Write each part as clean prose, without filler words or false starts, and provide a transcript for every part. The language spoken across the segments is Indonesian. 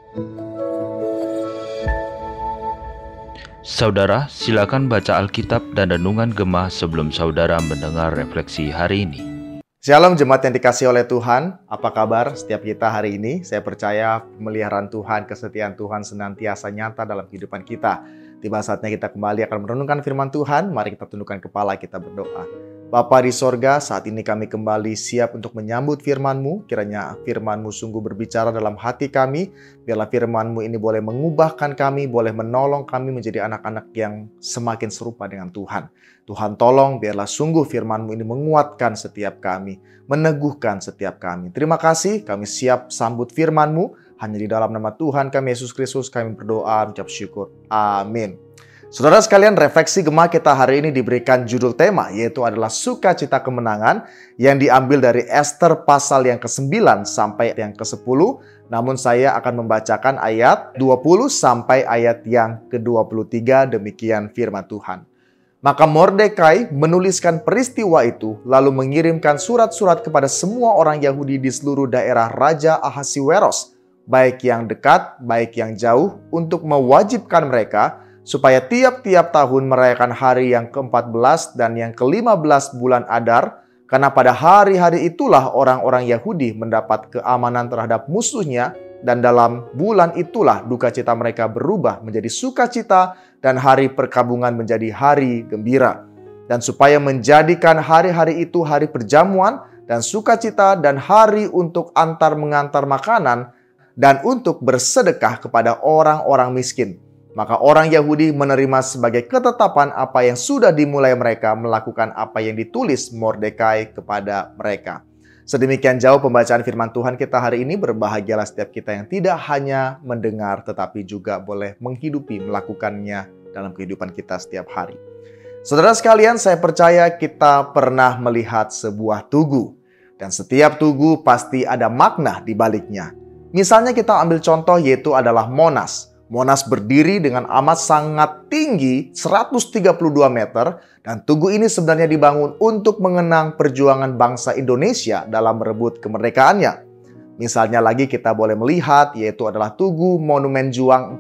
Saudara, silakan baca Alkitab dan Renungan Gemah sebelum saudara mendengar refleksi hari ini. Shalom jemaat yang dikasihi oleh Tuhan, apa kabar setiap kita hari ini? Saya percaya pemeliharaan Tuhan, kesetiaan Tuhan senantiasa nyata dalam kehidupan kita. Tiba saatnya kita kembali akan merenungkan firman Tuhan, mari kita tundukkan kepala, kita berdoa. Bapa di sorga, saat ini kami kembali siap untuk menyambut firman-Mu. Kiranya firman-Mu sungguh berbicara dalam hati kami. Biarlah firman-Mu ini boleh mengubahkan kami, boleh menolong kami menjadi anak-anak yang semakin serupa dengan Tuhan. Tuhan tolong, biarlah sungguh firman-Mu ini menguatkan setiap kami, meneguhkan setiap kami. Terima kasih, kami siap sambut firman-Mu. Hanya di dalam nama Tuhan kami Yesus Kristus kami berdoa, mengucap syukur. Amin. Saudara sekalian, refleksi Gemah kita hari ini diberikan judul tema, yaitu adalah Sukacita Kemenangan, yang diambil dari Ester pasal yang ke-9 sampai yang ke-10. Namun saya akan membacakan ayat 20 sampai ayat yang ke-23, demikian firman Tuhan. Maka Mordekai menuliskan peristiwa itu, lalu mengirimkan surat-surat kepada semua orang Yahudi di seluruh daerah Raja Ahasiweros, baik yang dekat, baik yang jauh, untuk mewajibkan mereka supaya tiap-tiap tahun merayakan hari yang ke-14 dan yang ke-15 bulan Adar, karena pada hari-hari itulah orang-orang Yahudi mendapat keamanan terhadap musuhnya, dan dalam bulan itulah duka cita mereka berubah menjadi sukacita dan hari perkabungan menjadi hari gembira. Dan supaya menjadikan hari-hari itu hari perjamuan dan sukacita dan hari untuk antar-mengantar makanan dan untuk bersedekah kepada orang-orang miskin. Maka orang Yahudi menerima sebagai ketetapan apa yang sudah dimulai mereka melakukan apa yang ditulis Mordekai kepada mereka. Sedemikian jauh pembacaan firman Tuhan kita hari ini. Berbahagialah setiap kita yang tidak hanya mendengar tetapi juga boleh menghidupi, melakukannya dalam kehidupan kita setiap hari. Saudara sekalian, saya percaya kita pernah melihat sebuah tugu. Dan setiap tugu pasti ada makna di baliknya. Misalnya kita ambil contoh yaitu adalah Monas. Monas berdiri dengan amat sangat tinggi 132 meter dan tugu ini sebenarnya dibangun untuk mengenang perjuangan bangsa Indonesia dalam merebut kemerdekaannya. Misalnya lagi kita boleh melihat yaitu adalah Tugu Monumen Juang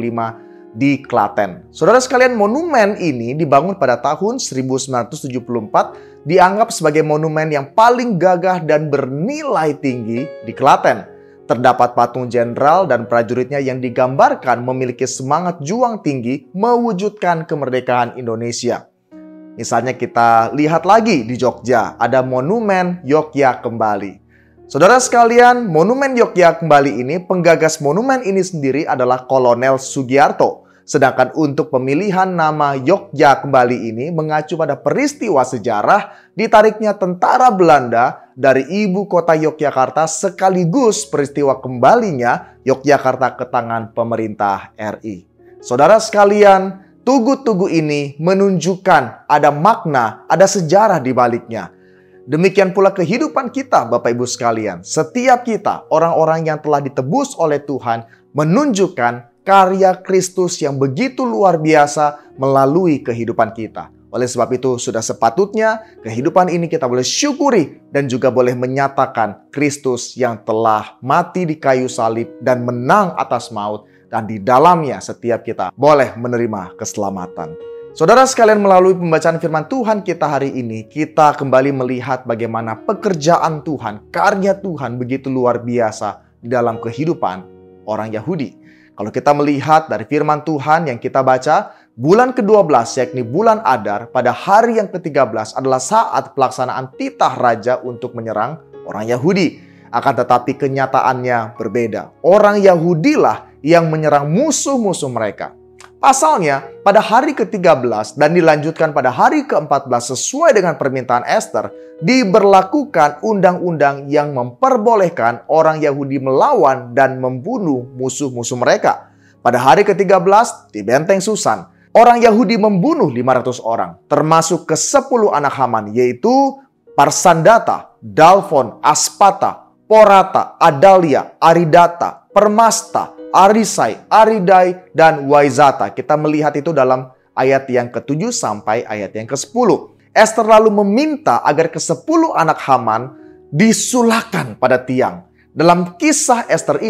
45 di Klaten. Saudara sekalian, monumen ini dibangun pada tahun 1974, dianggap sebagai monumen yang paling gagah dan bernilai tinggi di Klaten. Terdapat patung jenderal dan prajuritnya yang digambarkan memiliki semangat juang tinggi mewujudkan kemerdekaan Indonesia. Misalnya kita lihat lagi di Jogja, ada Monumen Yogya Kembali. Saudara sekalian, Monumen Yogya Kembali ini, penggagas monumen ini sendiri adalah Kolonel Sugiarto. Sedangkan untuk pemilihan nama Yogya Kembali ini mengacu pada peristiwa sejarah ditariknya tentara Belanda dari ibu kota Yogyakarta sekaligus peristiwa kembalinya Yogyakarta ke tangan pemerintah RI. Saudara sekalian, tugu-tugu ini menunjukkan ada makna, ada sejarah di baliknya. Demikian pula kehidupan kita, Bapak Ibu sekalian. Setiap kita, orang-orang yang telah ditebus oleh Tuhan, menunjukkan karya Kristus yang begitu luar biasa melalui kehidupan kita. Oleh sebab itu sudah sepatutnya kehidupan ini kita boleh syukuri dan juga boleh menyatakan Kristus yang telah mati di kayu salib dan menang atas maut, dan di dalamnya setiap kita boleh menerima keselamatan. Saudara sekalian, melalui pembacaan firman Tuhan kita hari ini, kita kembali melihat bagaimana pekerjaan Tuhan, karya Tuhan begitu luar biasa di dalam kehidupan orang Yahudi. Kalau kita melihat dari firman Tuhan yang kita baca, bulan ke-12 yakni bulan Adar pada hari yang ke-13 adalah saat pelaksanaan titah raja untuk menyerang orang Yahudi. Akan tetapi kenyataannya berbeda. Orang Yahudilah yang menyerang musuh-musuh mereka. Pasalnya, pada hari ke-13 dan dilanjutkan pada hari ke-14 sesuai dengan permintaan Ester, diberlakukan undang-undang yang memperbolehkan orang Yahudi melawan dan membunuh musuh-musuh mereka. Pada hari ke-13 di Benteng Susan, orang Yahudi membunuh 500 orang, termasuk ke-10 anak Haman, yaitu Parsandata, Dalfon, Aspata, Porata, Adalia, Aridata, Permasta, Arisai, Aridai, dan Waizata. Kita melihat itu dalam ayat yang ke-7 sampai ayat yang ke-10. Ester lalu meminta agar ke-10 anak Haman disulahkan pada tiang. Dalam kisah Ester ini,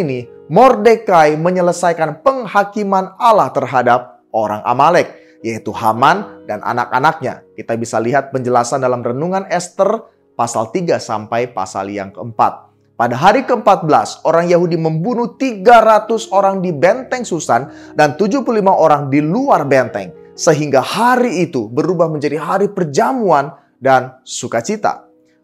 Mordekai menyelesaikan penghakiman Allah terhadap orang Amalek, yaitu Haman dan anak-anaknya. Kita bisa lihat penjelasan dalam renungan Ester pasal 3 sampai pasal yang keempat. Pada hari ke-14, orang Yahudi membunuh 300 orang di benteng Susan dan 75 orang di luar benteng. Sehingga hari itu berubah menjadi hari perjamuan dan sukacita.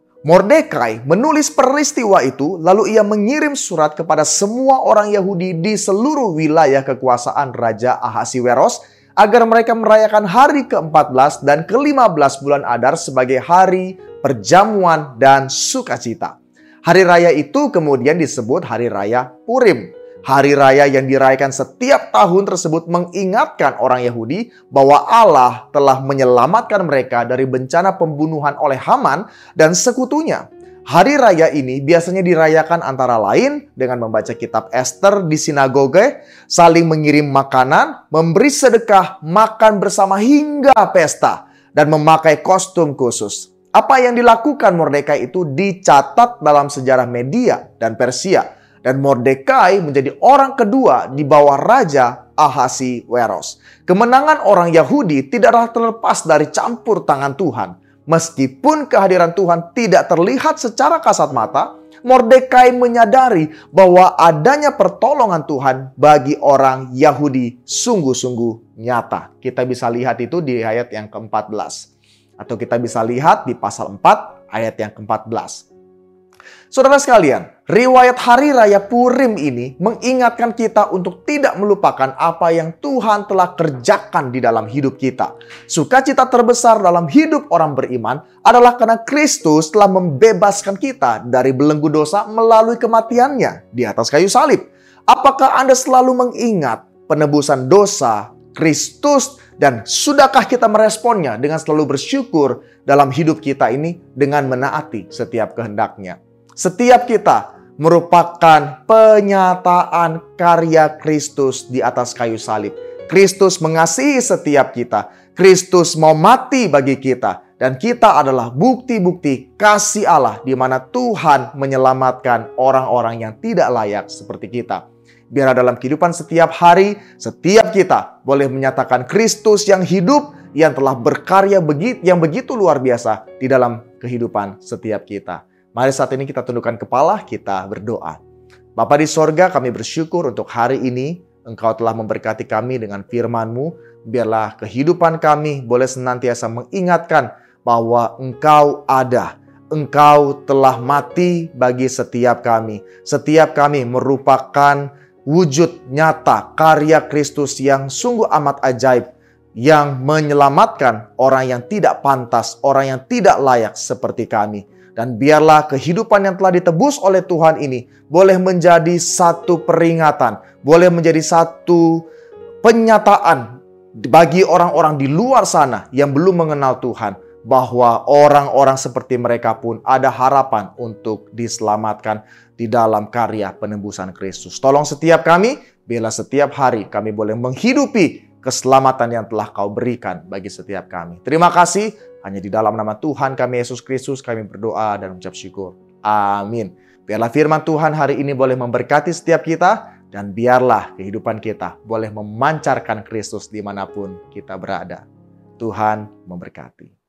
Mordekai menulis peristiwa itu, lalu ia mengirim surat kepada semua orang Yahudi di seluruh wilayah kekuasaan Raja Ahasiweros agar mereka merayakan hari ke-14 dan ke-15 bulan Adar sebagai hari perjamuan dan sukacita. Hari raya itu kemudian disebut Hari Raya Purim. Hari raya yang dirayakan setiap tahun tersebut mengingatkan orang Yahudi bahwa Allah telah menyelamatkan mereka dari bencana pembunuhan oleh Haman dan sekutunya. Hari raya ini biasanya dirayakan antara lain dengan membaca kitab Ester di sinagoge, saling mengirim makanan, memberi sedekah, makan bersama hingga pesta, dan memakai kostum khusus. Apa yang dilakukan Mordekai itu dicatat dalam sejarah Media dan Persia. Dan Mordekai menjadi orang kedua di bawah Raja Ahasiweros. Kemenangan orang Yahudi tidaklah terlepas dari campur tangan Tuhan. Meskipun kehadiran Tuhan tidak terlihat secara kasat mata, Mordekai menyadari bahwa adanya pertolongan Tuhan bagi orang Yahudi sungguh-sungguh nyata. Kita bisa lihat itu di ayat yang ke-14. Atau kita bisa lihat di pasal 4 ayat yang ke-14. Saudara sekalian, riwayat Hari Raya Purim ini mengingatkan kita untuk tidak melupakan apa yang Tuhan telah kerjakan di dalam hidup kita. Sukacita terbesar dalam hidup orang beriman adalah karena Kristus telah membebaskan kita dari belenggu dosa melalui kematiannya di atas kayu salib. Apakah Anda selalu mengingat penebusan dosa Kristus, dan sudahkah kita meresponnya dengan selalu bersyukur dalam hidup kita ini dengan menaati setiap kehendaknya? Setiap kita merupakan penyataan karya Kristus di atas kayu salib. Kristus mengasihi setiap kita. Kristus mau mati bagi kita. Dan kita adalah bukti-bukti kasih Allah di mana Tuhan menyelamatkan orang-orang yang tidak layak seperti kita. Biar dalam kehidupan setiap hari, setiap kita boleh menyatakan Kristus yang hidup, yang telah berkarya yang begitu luar biasa di dalam kehidupan setiap kita. Mari saat ini kita tundukkan kepala, kita berdoa. Bapa di sorga, kami bersyukur untuk hari ini. Engkau telah memberkati kami dengan firman-Mu. Biarlah kehidupan kami boleh senantiasa mengingatkan bahwa Engkau ada. Engkau telah mati bagi setiap kami. Setiap kami merupakan wujud nyata karya Kristus yang sungguh amat ajaib, yang menyelamatkan orang yang tidak pantas, orang yang tidak layak seperti kami. Dan biarlah kehidupan yang telah ditebus oleh Tuhan ini boleh menjadi satu peringatan, boleh menjadi satu penyataan bagi orang-orang di luar sana yang belum mengenal Tuhan, bahwa orang-orang seperti mereka pun ada harapan untuk diselamatkan di dalam karya penebusan Kristus. Tolong setiap kami, bila setiap hari kami boleh menghidupi keselamatan yang telah Kau berikan bagi setiap kami. Terima kasih, hanya di dalam nama Tuhan kami Yesus Kristus kami berdoa dan mengucap syukur. Amin. Biarlah firman Tuhan hari ini boleh memberkati setiap kita, dan biarlah kehidupan kita boleh memancarkan Kristus dimanapun kita berada. Tuhan memberkati.